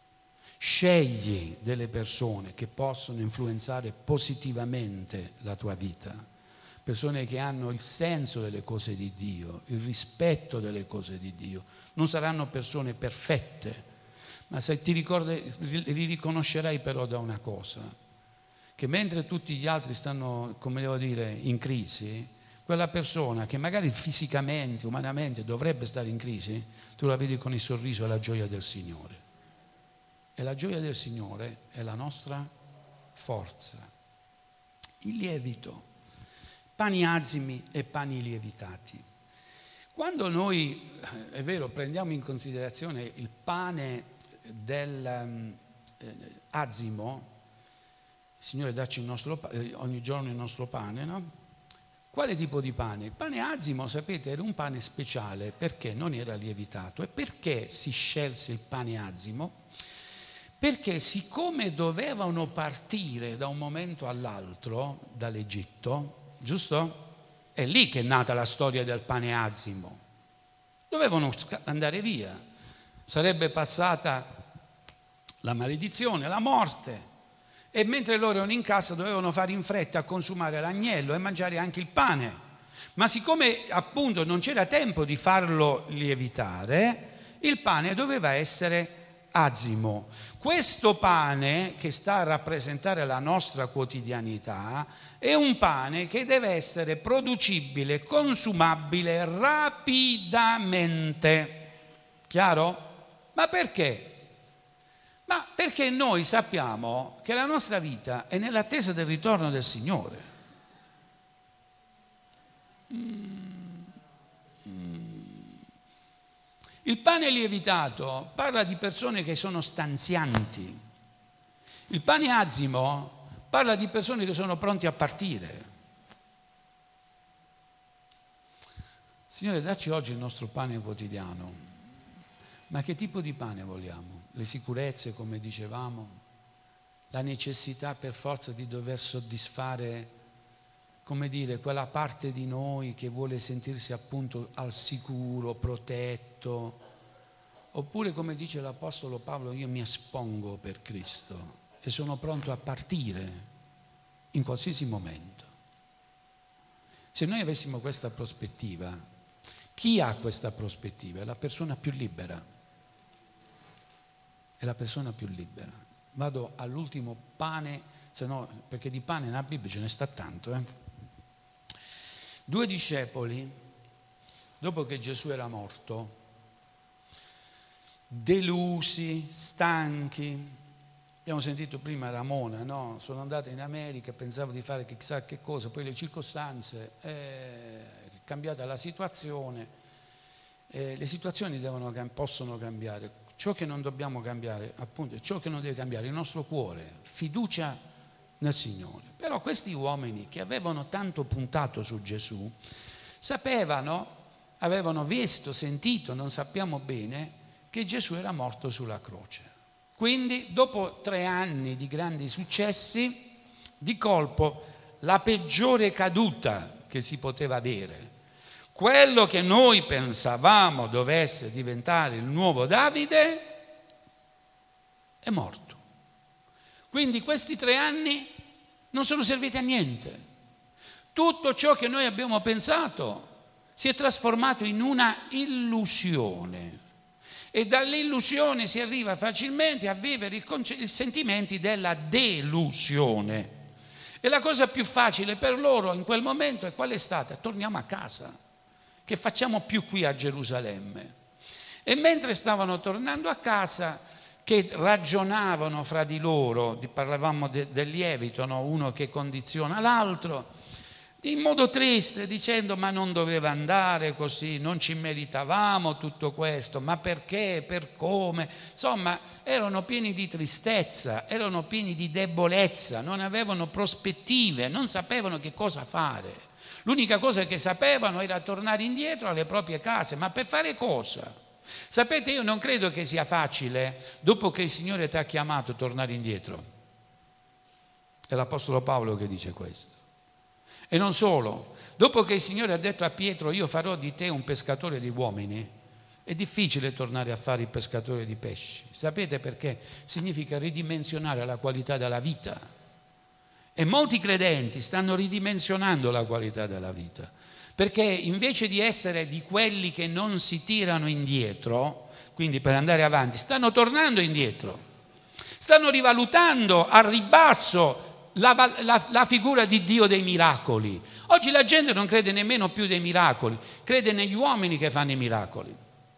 Scegli delle persone che possono influenzare positivamente la tua vita, persone che hanno il senso delle cose di Dio, il rispetto delle cose di Dio. Non saranno persone perfette, ma se ti ricordi, li riconoscerai però da una cosa, che mentre tutti gli altri stanno, come devo dire, in crisi, quella persona che magari fisicamente, umanamente dovrebbe stare in crisi, tu la vedi con il sorriso e la gioia del Signore. E la gioia del Signore è la nostra forza. Il lievito, pani azimi e pani lievitati. Quando noi, è vero, prendiamo in considerazione il pane del eh, azimo, Signore dacci il nostro, eh, ogni giorno il nostro pane, no? Quale tipo di pane? Il pane azimo, sapete, era un pane speciale perché non era lievitato. E perché si scelse il pane azimo? Perché siccome dovevano partire da un momento all'altro dall'Egitto, giusto? È lì che è nata la storia del pane azimo. Dovevano andare via. Sarebbe passata la maledizione, la morte. E mentre loro erano in casa dovevano fare in fretta a consumare l'agnello e mangiare anche il pane. Ma siccome appunto non c'era tempo di farlo lievitare, il pane doveva essere azimo. Questo pane, che sta a rappresentare la nostra quotidianità, è un pane che deve essere producibile, consumabile rapidamente. Chiaro? Ma perché? Ma perché noi sappiamo che la nostra vita è nell'attesa del ritorno del Signore. Mm. Mm. Il pane lievitato parla di persone che sono stanzianti. Il pane azimo parla di persone che sono pronti a partire. Signore, dacci oggi il nostro pane quotidiano. Ma che tipo di pane vogliamo? Le sicurezze, come dicevamo, la necessità per forza di dover soddisfare, come dire, quella parte di noi che vuole sentirsi appunto al sicuro, protetto, oppure come dice l'Apostolo Paolo, io mi espongo per Cristo e sono pronto a partire in qualsiasi momento. Se noi avessimo questa prospettiva, chi ha questa prospettiva? È la persona più libera. È la persona più libera. Vado all'ultimo pane, se no, perché di pane nella Bibbia ce ne sta tanto. Eh? Due discepoli, dopo che Gesù era morto, delusi, stanchi, abbiamo sentito prima Ramona, no? Sono andata in America, pensavo di fare chissà che cosa, poi le circostanze, è cambiata la situazione, eh, le situazioni devono, possono cambiare. Ciò che non dobbiamo cambiare, appunto, ciò che non deve cambiare, il nostro cuore, fiducia nel Signore. Però questi uomini che avevano tanto puntato su Gesù, sapevano, avevano visto, sentito, non sappiamo bene, che Gesù era morto sulla croce. Quindi, dopo tre anni di grandi successi, di colpo la peggiore caduta che si poteva avere. Quello che noi pensavamo dovesse diventare il nuovo Davide è morto. Quindi questi tre anni non sono serviti a niente. Tutto ciò che noi abbiamo pensato si è trasformato in una illusione e dall'illusione si arriva facilmente a vivere i sentimenti della delusione. E la cosa più facile per loro in quel momento è qual è stata? Torniamo a casa, che facciamo più qui a Gerusalemme? E mentre stavano tornando a casa, che ragionavano fra di loro, parlavamo de, del lievito, no? Uno che condiziona l'altro, in modo triste, dicendo ma non doveva andare così, non ci meritavamo tutto questo, ma perché, per come? Insomma, erano pieni di tristezza, erano pieni di debolezza, non avevano prospettive, non sapevano che cosa fare. L'unica cosa che sapevano era tornare indietro alle proprie case, ma per fare cosa? Sapete, io non credo che sia facile, dopo che il Signore ti ha chiamato, tornare indietro. È l'Apostolo Paolo che dice questo. E non solo, dopo che il Signore ha detto a Pietro, io farò di te un pescatore di uomini, è difficile tornare a fare il pescatore di pesci. Sapete perché? Significa ridimensionare la qualità della vita. E molti credenti stanno ridimensionando la qualità della vita. Perché invece di essere di quelli che non si tirano indietro, quindi per andare avanti, stanno tornando indietro, stanno rivalutando a ribasso la, la, la figura di Dio dei miracoli. Oggi la gente non crede nemmeno più dei miracoli, crede negli uomini che fanno i miracoli.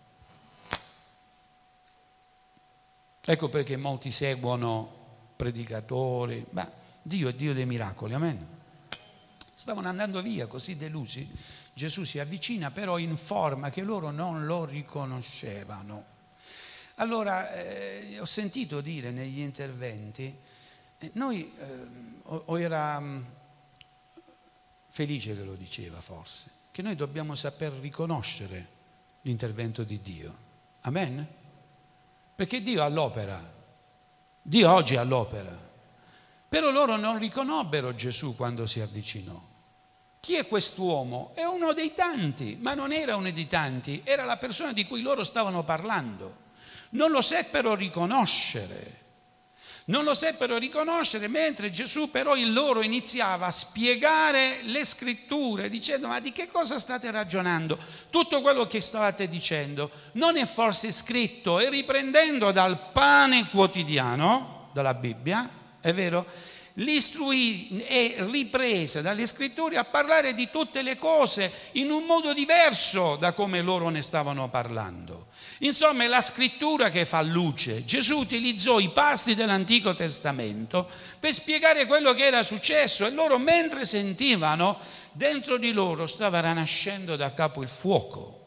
Ecco perché molti seguono predicatori. Beh, Dio è Dio dei miracoli, amen. Stavano andando via così delusi, Gesù si avvicina però in forma che loro non lo riconoscevano. Allora eh, ho sentito dire negli interventi, eh, noi, eh, o, o era um, Felice che lo diceva forse, che noi dobbiamo saper riconoscere l'intervento di Dio, amen? Perché Dio è all'opera, Dio oggi è all'opera, però loro non riconobbero Gesù quando si avvicinò. Chi è quest'uomo? È uno dei tanti, ma non era uno dei tanti, era la persona di cui loro stavano parlando. Non lo seppero riconoscere, non lo seppero riconoscere, mentre Gesù però in loro iniziava a spiegare le scritture, dicendo ma di che cosa state ragionando? Tutto quello che stavate dicendo non è forse scritto? E riprendendo dal pane quotidiano, dalla Bibbia, è vero? Li istruì e riprese dalle scritture a parlare di tutte le cose in un modo diverso da come loro ne stavano parlando. Insomma è la scrittura che fa luce. Gesù utilizzò i passi dell'Antico Testamento per spiegare quello che era successo e loro mentre sentivano, dentro di loro stava rinascendo da capo il fuoco.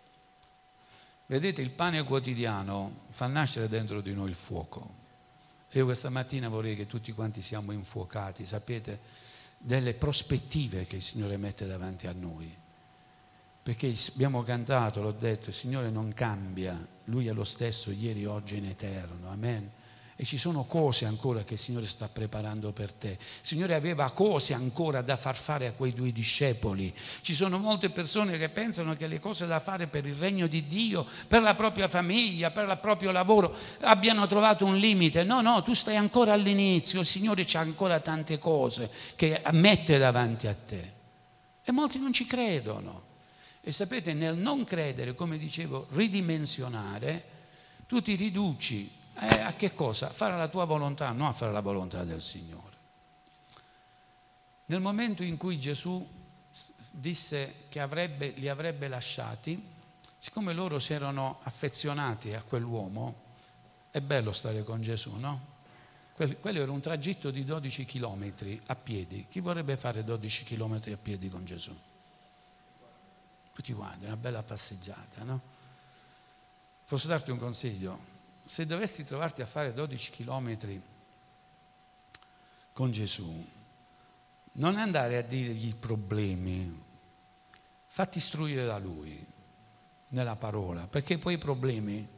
Vedete, il pane quotidiano fa nascere dentro di noi il fuoco. Io questa mattina vorrei che tutti quanti siamo infuocati, sapete, delle prospettive che il Signore mette davanti a noi. Perché abbiamo cantato, l'ho detto, il Signore non cambia, Lui è lo stesso ieri, oggi e in eterno, amen. E ci sono cose ancora che il Signore sta preparando per te. Il Signore aveva cose ancora da far fare a quei due discepoli. Ci sono molte persone che pensano che le cose da fare per il regno di Dio, per la propria famiglia, per il proprio lavoro, abbiano trovato un limite. No, no, tu stai ancora all'inizio, il Signore c'ha ancora tante cose che mette davanti a te. E molti non ci credono. E sapete, nel non credere, come dicevo, ridimensionare, tu ti riduci Eh, a che cosa? A fare la tua volontà, non a fare la volontà del Signore. Nel momento in cui Gesù disse che avrebbe, li avrebbe lasciati, siccome loro si erano affezionati a quell'uomo, è bello stare con Gesù, no? Quello era un tragitto di dodici chilometri a piedi. Chi vorrebbe fare dodici chilometri a piedi con Gesù? Tutti quanti, una bella passeggiata, no? Posso darti un consiglio? Se dovessi trovarti a fare dodici chilometri con Gesù, non andare a dirgli i problemi, fatti istruire da Lui nella parola, perché poi i problemi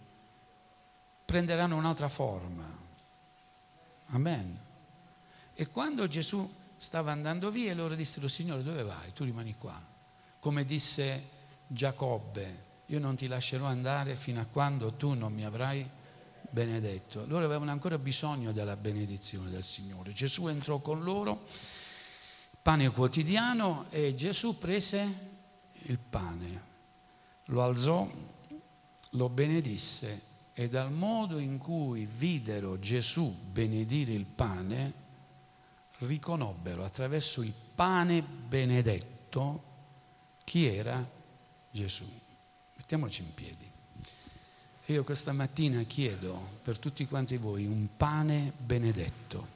prenderanno un'altra forma. Amen. E quando Gesù stava andando via e loro dissero: Signore, dove vai? Tu rimani qua. Come disse Giacobbe: io non ti lascerò andare fino a quando tu non mi avrai benedetto. Loro avevano ancora bisogno della benedizione del Signore. Gesù entrò con loro, pane quotidiano, e Gesù prese il pane, lo alzò, lo benedisse, e dal modo in cui videro Gesù benedire il pane, riconobbero attraverso il pane benedetto chi era Gesù. Mettiamoci in piedi. Io questa mattina chiedo per tutti quanti voi un pane benedetto.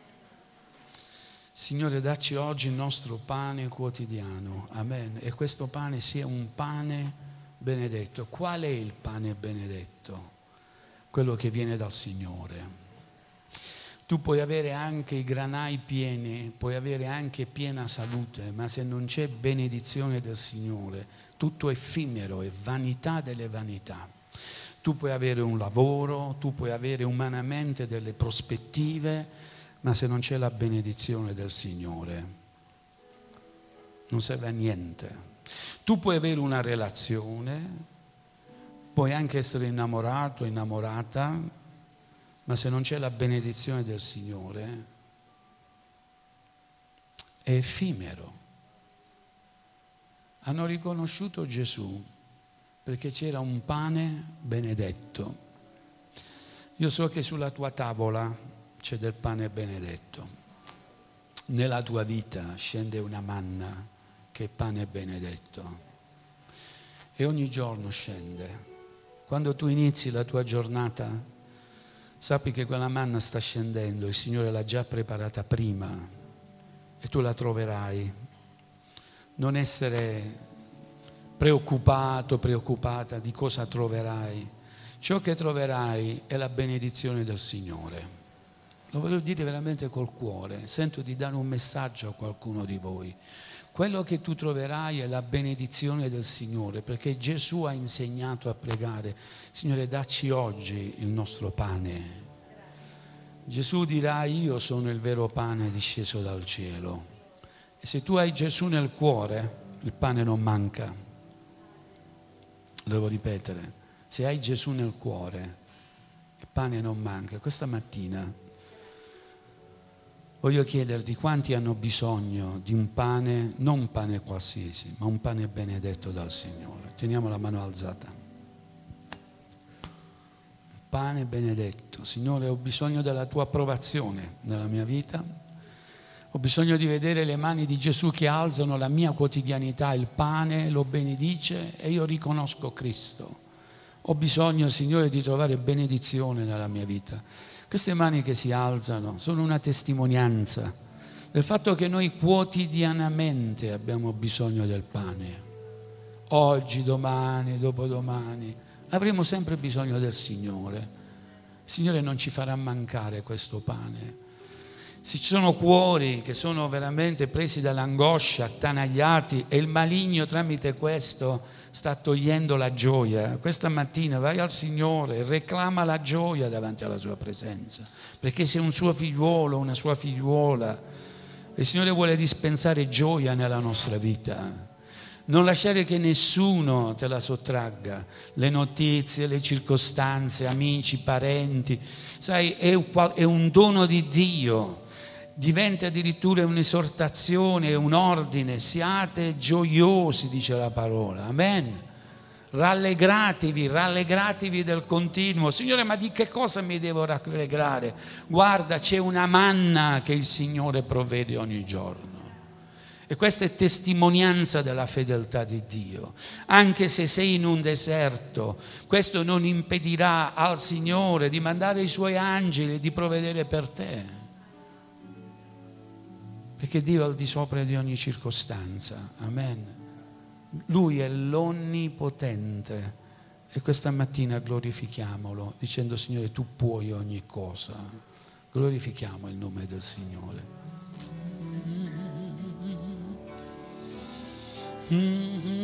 Signore, dacci oggi il nostro pane quotidiano, amen, e questo pane sia un pane benedetto. Qual è il pane benedetto? Quello che viene dal Signore. Tu puoi avere anche i granai pieni, puoi avere anche piena salute, ma se non c'è benedizione del Signore, tutto è effimero, è vanità delle vanità. Tu puoi avere un lavoro, tu puoi avere umanamente delle prospettive, ma se non c'è la benedizione del Signore, non serve a niente. Tu puoi avere una relazione, puoi anche essere innamorato, innamorata, ma se non c'è la benedizione del Signore, è effimero. Hanno riconosciuto Gesù perché c'era un pane benedetto. Io so che sulla tua tavola c'è del pane benedetto. Nella tua vita scende una manna che è pane benedetto. E ogni giorno scende. Quando tu inizi la tua giornata, sappi che quella manna sta scendendo, il Signore l'ha già preparata prima e tu la troverai. Non essere preoccupato, preoccupata di cosa troverai. Ciò che troverai è la benedizione del Signore. Lo voglio dire veramente col cuore, sento di dare un messaggio a qualcuno di voi. Quello che tu troverai è la benedizione del Signore, perché Gesù ha insegnato a pregare: Signore, dacci oggi il nostro pane. Gesù dirà: io sono il vero pane disceso dal cielo. E se tu hai Gesù nel cuore, il pane non manca. Lo devo ripetere: se hai Gesù nel cuore, il pane non manca. Questa mattina voglio chiederti quanti hanno bisogno di un pane, non un pane qualsiasi, ma un pane benedetto dal Signore. Teniamo la mano alzata. Pane benedetto. Signore, ho bisogno della tua approvazione nella mia vita. Ho bisogno di vedere le mani di Gesù che alzano la mia quotidianità, il pane lo benedice e io riconosco Cristo. Ho bisogno, Signore, di trovare benedizione nella mia vita. Queste mani che si alzano sono una testimonianza del fatto che noi quotidianamente abbiamo bisogno del pane. Oggi, domani, dopodomani, avremo sempre bisogno del Signore. Il Signore non ci farà mancare questo pane. Se ci sono cuori che sono veramente presi dall'angoscia, attanagliati, e il maligno tramite questo sta togliendo la gioia, questa mattina vai al Signore, reclama la gioia davanti alla sua presenza, perché sei un suo figliuolo, una sua figliuola. Il Signore vuole dispensare gioia nella nostra vita. Non lasciare che nessuno te la sottragga, le notizie, le circostanze, amici, parenti. Sai, è un dono di Dio. Diventa addirittura un'esortazione, un ordine: siate gioiosi, dice la parola, amen. Rallegratevi, rallegratevi del continuo. Signore, ma di che cosa mi devo rallegrare? Guarda, c'è una manna che il Signore provvede ogni giorno. E questa è testimonianza della fedeltà di Dio. Anche se sei in un deserto, questo non impedirà al Signore di mandare i Suoi angeli e di provvedere per te. Perché Dio è al di sopra di ogni circostanza, amen. Lui è l'Onnipotente e questa mattina glorifichiamolo dicendo: Signore, tu puoi ogni cosa. Glorifichiamo il nome del Signore. Mm-hmm.